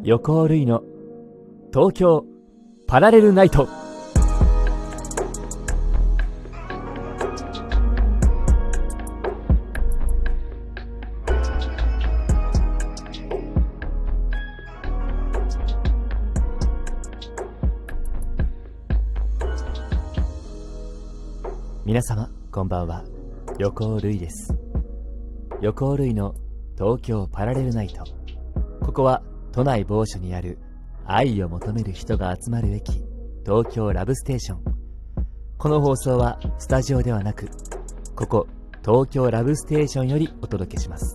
横尾類の東京パラレルナイト。皆様こんばんは、横尾類です。横尾類の東京パラレルナイト。ここは都内某所にある愛を求める人が集まる駅、東京ラブステーション。この放送はスタジオではなく、ここ東京ラブステーションよりお届けします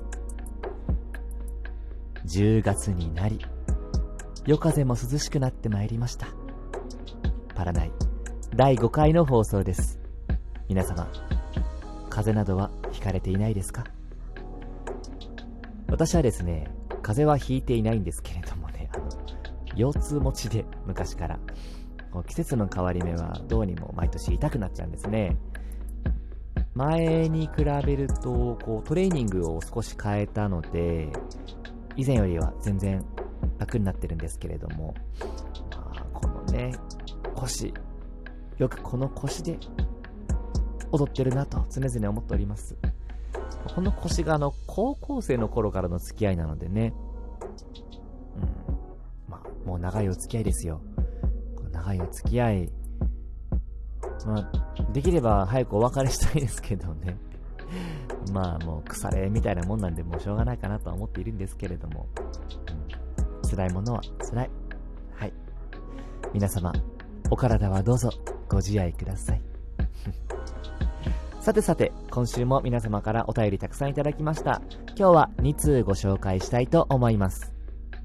。10月になり、夜風も涼しくなってまいりました。パラナイ第5回の放送です。皆様、風邪などはひかれていないですか？私はですね、風邪はひいていないんですけれどもね、腰痛持ちで昔から、季節の変わり目はどうにも毎年痛くなっちゃうんですね。前に比べるとトレーニングを少し変えたので、以前よりは全然楽になってるんですけれども、このね、腰、よくこの腰で踊ってるなと常々思っております。この腰が高校生の頃からの付き合いなのでね、もう長いお付き合いですよ。長いお付き合い、できれば早くお別れしたいですけどね。もう腐れみたいなもんなんで、もうしょうがないかなとは思っているんですけれども、辛いものは辛い。はい、皆様お体はどうぞご自愛ください。さて、今週も皆様からお便りたくさんいただきました。今日は2通ご紹介したいと思います。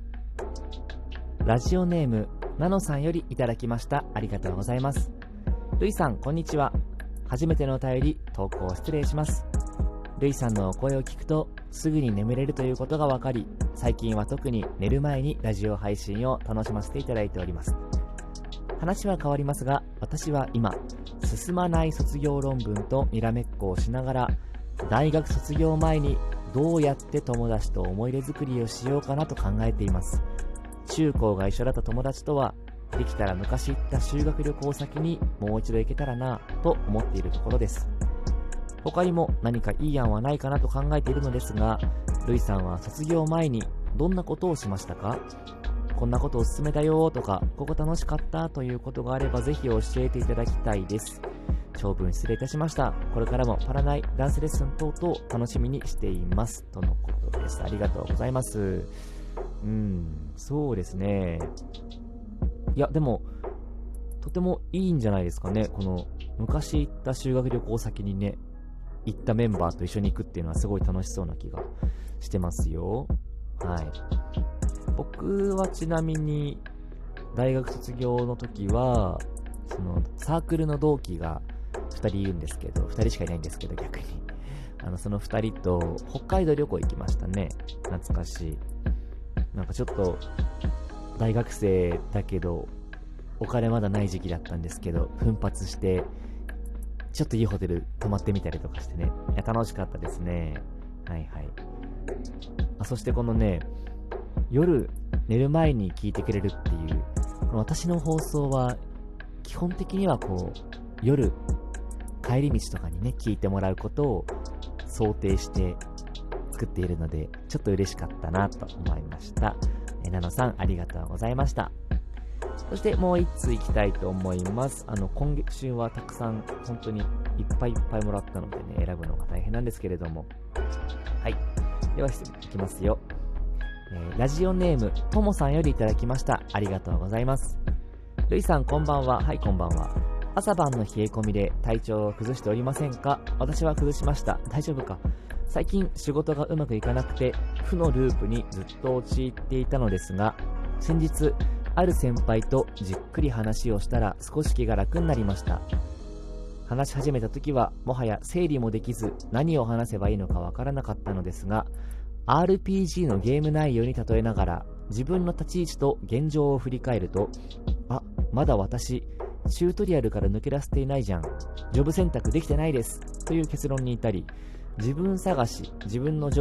ラジオネームナノさんよりいただきました。ありがとうございます。ルイさん、こんにちは。初めてのお便り投稿失礼します。ルイさんのお声を聞くとすぐに眠れるということが分かり、最近は特に寝る前にラジオ配信を楽しませていただいております。話は変わりますが、私は今進まない卒業論文とにらめっこをしながら、大学卒業前にどうやって友達と思い出作りをしようかなと考えています。中高が一緒だった友達とは、できたら昔行った修学旅行先にもう一度行けたらなと思っているところです。他にも何かいい案はないかなと考えているのですが、ルイさんは卒業前にどんなことをしましたか？こんなことを勧めたよとか、ここ楽しかったということがあればぜひ教えていただきたいです。長文失礼いたしました。これからもパラナイダンスレッスン等々楽しみにしています、とのことです。ありがとうございます。そうですね。いや、でもとてもいいんじゃないですかね。この昔行った修学旅行先にね、行ったメンバーと一緒に行くっていうのはすごい楽しそうな気がしてますよ。はい。僕はちなみに大学卒業の時は、そのサークルの同期が2人いるんですけど、2人しかいないんですけど、逆にその2人と北海道旅行行きましたね。懐かしい。なんかちょっと大学生だけどお金まだない時期だったんですけど、奮発してちょっといいホテル泊まってみたりとかしてね、楽しかったですね。はいはい。そしてこのね、夜寝る前に聞いてくれるっていう、私の放送は基本的には夜帰り道とかにね聞いてもらうことを想定して作っているので、ちょっと嬉しかったなと思いました。ナノさん、ありがとうございました。そしてもう一ついきたいと思います。今週はたくさん本当にいっぱいもらったのでね、選ぶのが大変なんですけれども、はい、ではいきますよ。ラジオネームともさんよりいただきました。ありがとうございます。ルイさん、こんばんは。はい、こんばんは。朝晩の冷え込みで体調を崩しておりませんか？私は崩しました。大丈夫か？最近仕事がうまくいかなくて負のループにずっと陥っていたのですが、先日ある先輩とじっくり話をしたら少し気が楽になりました。話し始めた時はもはや整理もできず、何を話せばいいのかわからなかったのですが、RPG のゲーム内容に例えながら自分の立ち位置と現状を振り返ると、まだ私チュートリアルから抜け出せていないじゃん、ジョブ選択できてないですという結論に至り、自分探し、自分のジョブ、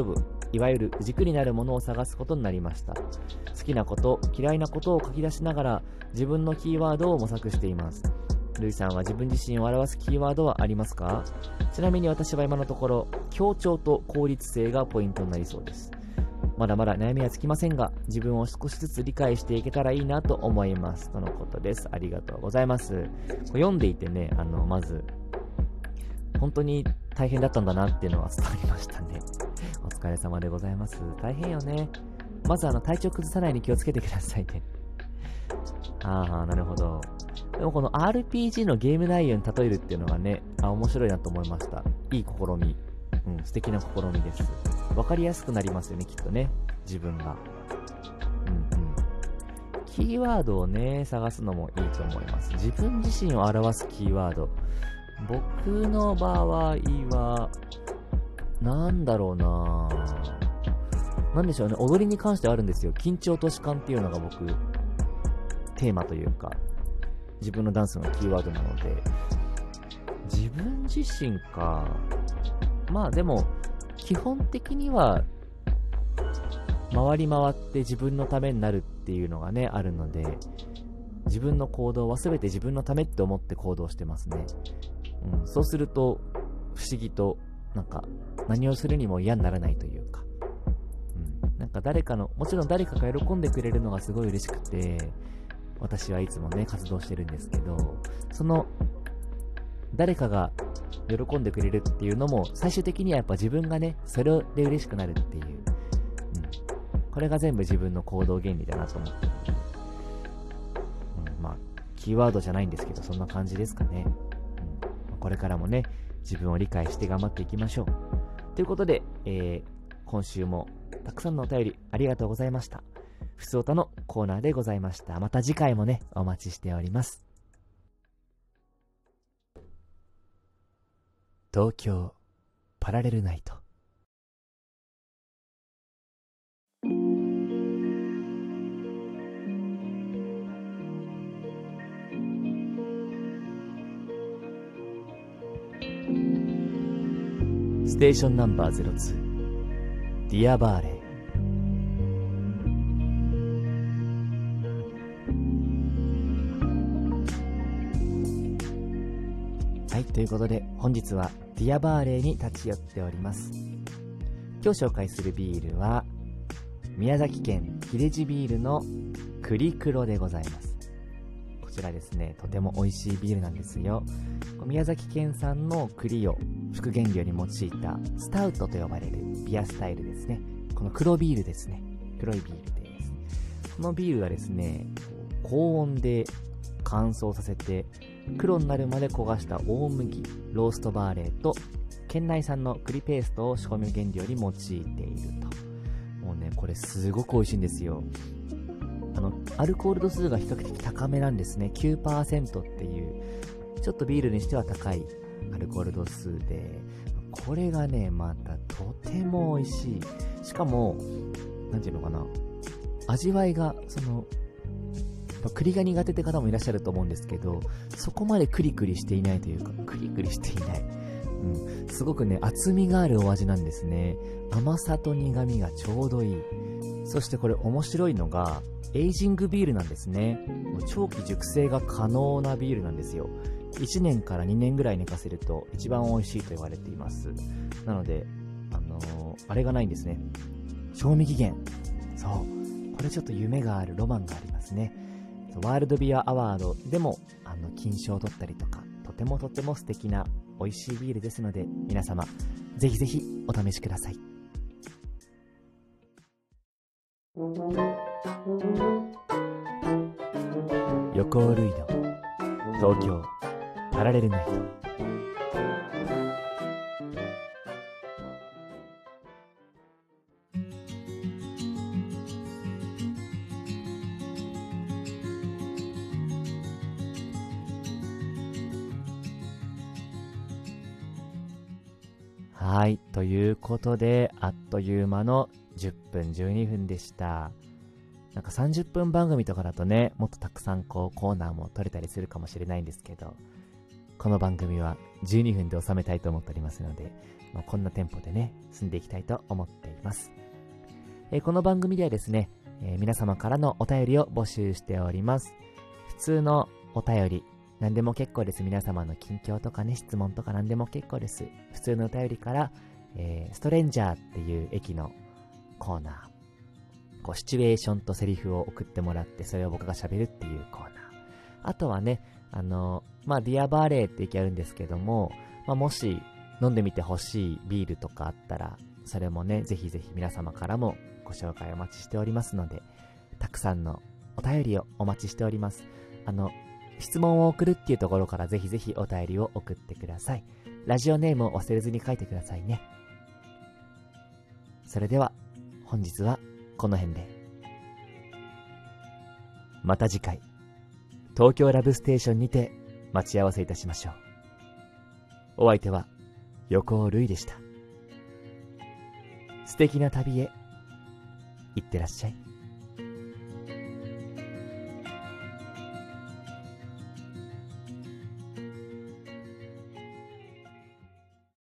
いわゆる軸になるものを探すことになりました。好きなこと、嫌いなことを書き出しながら自分のキーワードを模索しています。ルイさんは自分自身を表すキーワードはありますか？ちなみに私は今のところ協調と効率性がポイントになりそうです。まだまだ悩みはつきませんが、自分を少しずつ理解していけたらいいなと思いますとのことです。ありがとうございます。これ読んでいてね、まず本当に大変だったんだなっていうのは伝わりましたね。お疲れ様でございます。大変よね。まず体調崩さないように気をつけてくださいね。なるほど。でもこの RPG のゲーム内容に例えるっていうのがね、面白いなと思いました。いい試み。素敵な試みです。わかりやすくなりますよね、きっとね。自分が。キーワードをね、探すのもいいと思います。自分自身を表すキーワード。僕の場合は、なんだろうな、なんでしょうね、踊りに関してはあるんですよ。緊張と弛緩っていうのが僕、テーマというか、自分のダンスのキーワードなので、自分自身か。まあでも、基本的には、回り回って自分のためになるっていうのがね、あるので、自分の行動は全て自分のためって思って行動してますね。そうすると、不思議と、何をするにも嫌にならないというか、もちろん誰かが喜んでくれるのがすごい嬉しくて、私はいつもね、活動してるんですけど、その、誰かが喜んでくれるっていうのも、最終的にはやっぱ自分がね、それで嬉しくなるっていう、これが全部自分の行動原理だなと思ってるので、キーワードじゃないんですけど、そんな感じですかね。これからもね、自分を理解して頑張っていきましょう。ということで、今週もたくさんのお便りありがとうございました。ふつおたのコーナーでございました。また次回もね、お待ちしております。東京パラレルナイト。ステーションナンバー02ディアバーレー。はい、ということで本日はディアバーレーに立ち寄っております。今日紹介するビールは宮崎県秀治ビールの栗黒でございます。こちらですね、とても美味しいビールなんですよ。宮崎県産の栗を副原料に用いたスタウトと呼ばれるビアスタイルですね。この黒ビールですね。黒いビールです。このビールはですね、高温で乾燥させて黒になるまで焦がした大麦、ローストバーレーと県内産の栗ペーストを仕込み原料に用いていると。もうね、これすごく美味しいんですよ。アルコール度数が比較的高めなんですね。9% っていうちょっとビールにしては高いアルコール度数で、これがねまたとても美味しい。しかもなんていうのかな、味わいが栗が苦手って方もいらっしゃると思うんですけど、そこまでクリクリしていないというか、クリクリしていない、すごくね厚みがあるお味なんですね。甘さと苦みがちょうどいい。そしてこれ面白いのがエイジングビールなんですね。長期熟成が可能なビールなんですよ。1年から2年ぐらい寝かせると一番美味しいと言われています。なのであれがないんですね、賞味期限。そう、これちょっと夢がある、ロマンがありますね。ワールドビアアワードでも金賞を取ったりとか、とてもとても素敵な美味しいビールですので、皆様ぜひぜひお試しください。横尾類の東京パラレルナイト。はい、ということであっという間の10分12分でした。なんか30分番組とかだとね、もっとたくさんコーナーも撮れたりするかもしれないんですけど、 この番組は12分で収めたいと思っておりますので、こんなテンポでね、進んでいきたいと思っています。この番組ではですね、皆様からのお便りを募集しております。普通のお便り、何でも結構です。皆様の近況とかね、質問とか何でも結構です。普通のお便りから、ストレンジャーっていう駅のコーナー、シチュエーションとセリフを送ってもらって、それを僕が喋るっていうコーナー。あとはね、ディアバーレーって駅あるんですけども、もし飲んでみてほしいビールとかあったら、それもね、ぜひぜひ皆様からもご紹介お待ちしておりますので、たくさんのお便りをお待ちしております。質問を送るっていうところからぜひぜひお便りを送ってください。ラジオネームを忘れずに書いてくださいね。それでは本日はこの辺で。また次回、東京ラブステーションにて待ち合わせいたしましょう。お相手は横尾瑠衣でした。素敵な旅へ行ってらっしゃい。